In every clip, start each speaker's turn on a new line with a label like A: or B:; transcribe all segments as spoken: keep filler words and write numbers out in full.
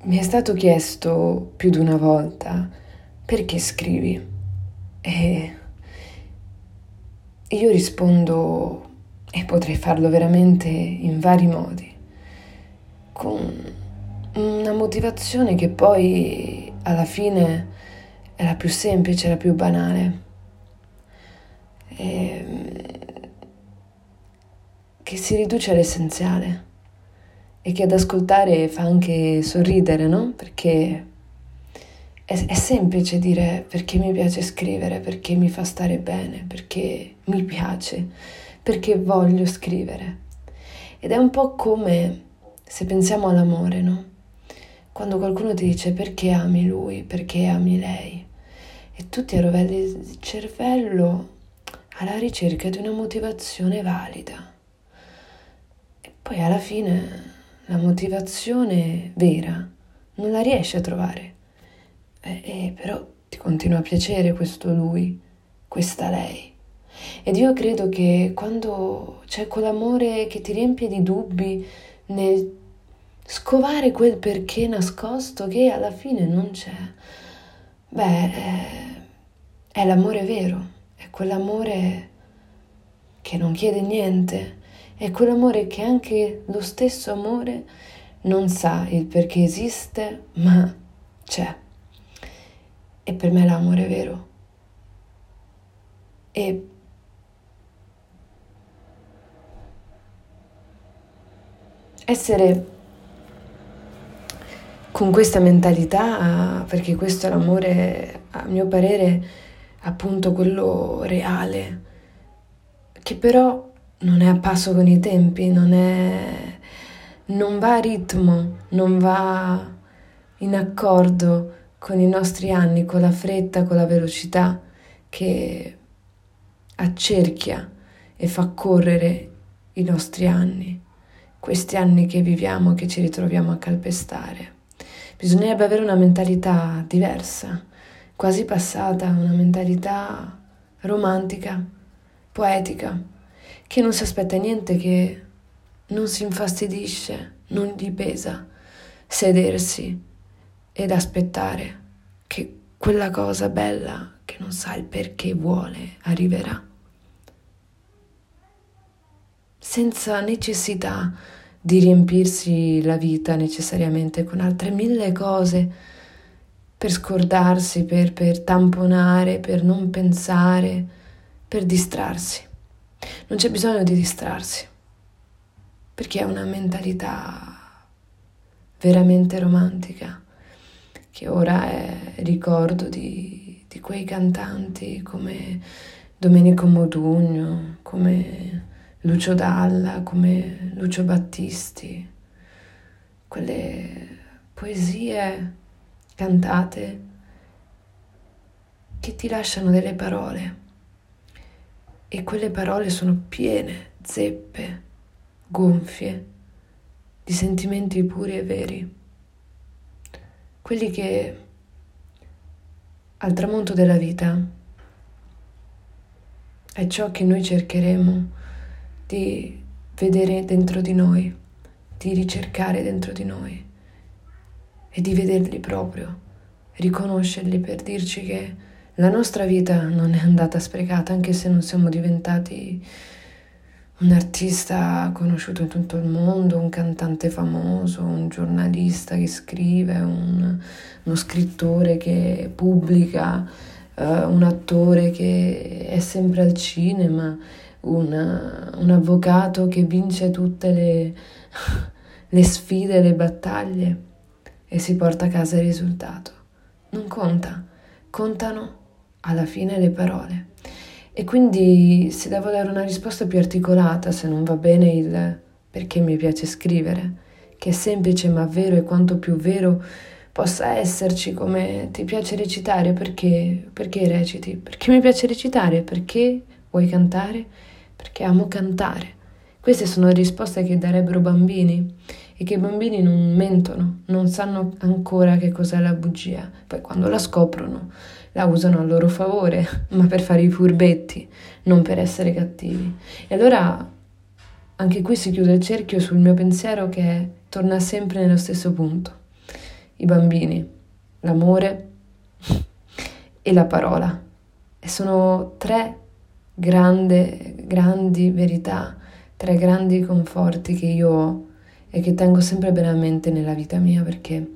A: Mi è stato chiesto più di una volta perché scrivi e io rispondo, e potrei farlo veramente in vari modi, con una motivazione che poi alla fine è la più semplice, la più banale, e che si riduce all'essenziale e che ad ascoltare fa anche sorridere, no? Perché è, è semplice dire perché mi piace scrivere, perché mi fa stare bene, perché mi piace, perché voglio scrivere. Ed è un po' come se pensiamo all'amore, no? Quando qualcuno ti dice perché ami lui, perché ami lei, e tu ti arrovelli il cervello alla ricerca di una motivazione valida. E poi alla fine la motivazione vera non la riesci a trovare. Eh, eh, però ti continua a piacere questo lui, questa lei. Ed io credo che quando c'è quell'amore che ti riempie di dubbi nel scovare quel perché nascosto che alla fine non c'è, beh, è, è l'amore vero, è quell'amore che non chiede niente, è quell'amore che anche lo stesso amore non sa il perché esiste, ma c'è. E per me l'amore è vero. E essere con questa mentalità, perché questo è l'amore, a mio parere, appunto quello reale, che però non è a passo con i tempi, non è, non va a ritmo, non va in accordo con i nostri anni, con la fretta, con la velocità che accerchia e fa correre i nostri anni, questi anni che viviamo, che ci ritroviamo a calpestare. Bisognerebbe avere una mentalità diversa, quasi passata, una mentalità romantica, poetica, che non si aspetta niente, che non si infastidisce, non gli pesa sedersi ed aspettare che quella cosa bella che non sa il perché vuole arriverà, senza necessità di riempirsi la vita necessariamente con altre mille cose per scordarsi, per, per tamponare, per non pensare, per distrarsi. Non c'è bisogno di distrarsi, perché è una mentalità veramente romantica, che ora è ricordo di, di quei cantanti come Domenico Modugno, come Lucio Dalla, come Lucio Battisti, quelle poesie cantate che ti lasciano delle parole, e quelle parole sono piene, zeppe, gonfie, di sentimenti puri e veri, quelli che al tramonto della vita è ciò che noi cercheremo di vedere dentro di noi, di ricercare dentro di noi e di vederli proprio, riconoscerli per dirci che la nostra vita non è andata sprecata, anche se non siamo diventati un artista conosciuto in tutto il mondo, un cantante famoso, un giornalista che scrive, un, uno scrittore che pubblica, uh, un attore che è sempre al cinema, un, un avvocato che vince tutte le, le sfide, le battaglie e si porta a casa il risultato. Non conta, contano alla fine le parole. E quindi se devo dare una risposta più articolata, se non va bene il perché mi piace scrivere, che è semplice ma vero, e quanto più vero possa esserci, come ti piace recitare, perché, perché reciti? Perché mi piace recitare, perché vuoi cantare? Perché amo cantare. Queste sono risposte che darebbero bambini, e che i bambini non mentono, non sanno ancora che cos'è la bugia. Poi quando la scoprono la usano a loro favore, ma per fare i furbetti, non per essere cattivi. E allora anche qui si chiude il cerchio sul mio pensiero, che torna sempre nello stesso punto. i bambini, l'amore e la parola. E sono tre grandi, grandi verità, tre grandi conforti che io ho e che tengo sempre bene a mente nella vita mia, perché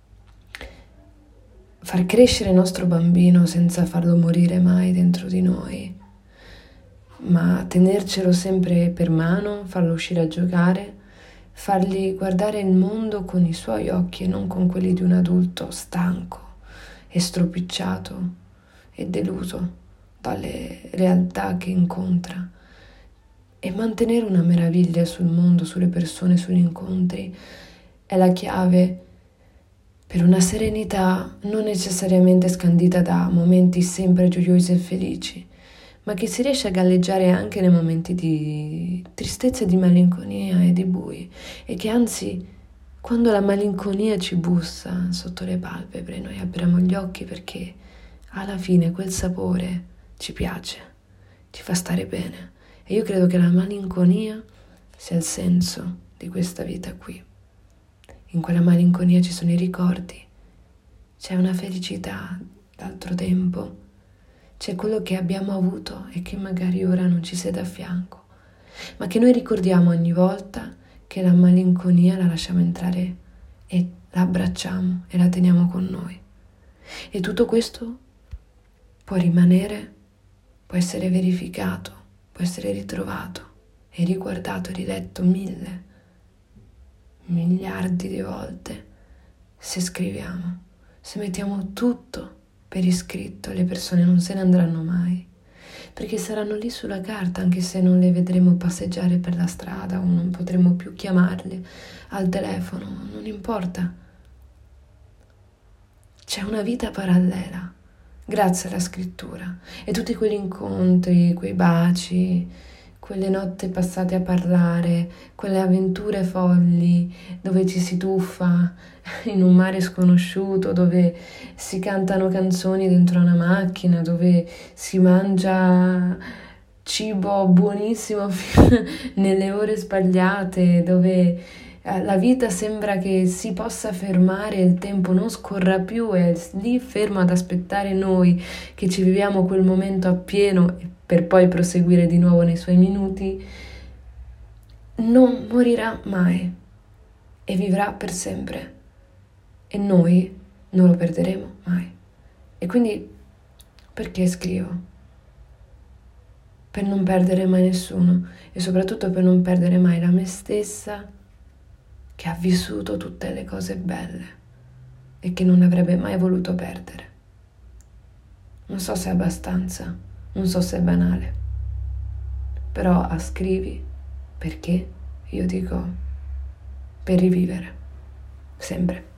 A: far crescere il nostro bambino senza farlo morire mai dentro di noi, ma tenercelo sempre per mano, farlo uscire a giocare, fargli guardare il mondo con i suoi occhi e non con quelli di un adulto stanco e stropicciato e deluso dalle realtà che incontra, e mantenere una meraviglia sul mondo, sulle persone, sugli incontri è la chiave per una serenità non necessariamente scandita da momenti sempre gioiosi e felici, ma che si riesce a galleggiare anche nei momenti di tristezza, di malinconia e di bui, e che anzi, quando la malinconia ci bussa sotto le palpebre, noi apriamo gli occhi perché alla fine quel sapore ci piace, ci fa stare bene. E io credo che la malinconia sia il senso di questa vita qui. In quella malinconia ci sono i ricordi, c'è una felicità d'altro tempo, c'è quello che abbiamo avuto e che magari ora non ci siede a fianco, ma che noi ricordiamo ogni volta che la malinconia la lasciamo entrare e la abbracciamo e la teniamo con noi. E tutto questo può rimanere, può essere verificato, può essere ritrovato e riguardato e riletto mille, miliardi di volte se scriviamo, se mettiamo tutto per iscritto. Le persone non se ne andranno mai, perché saranno lì sulla carta, anche se non le vedremo passeggiare per la strada o non potremo più chiamarle al telefono, non importa. C'è una vita parallela grazie alla scrittura, e tutti quegli incontri, quei baci, quelle notti passate a parlare, quelle avventure folli dove ci si tuffa in un mare sconosciuto, dove si cantano canzoni dentro una macchina, dove si mangia cibo buonissimo nelle ore sbagliate, dove la vita sembra che si possa fermare, il tempo non scorra più, è lì fermo ad aspettare noi che ci viviamo quel momento appieno per poi proseguire di nuovo nei suoi minuti. Non morirà mai e vivrà per sempre, e noi non lo perderemo mai. E quindi perché scrivo? Per non perdere mai nessuno, e soprattutto per non perdere mai la me stessa, che ha vissuto tutte le cose belle e che non avrebbe mai voluto perdere. Non so se è abbastanza, non so se è banale, però scrivi perché io dico per rivivere, sempre.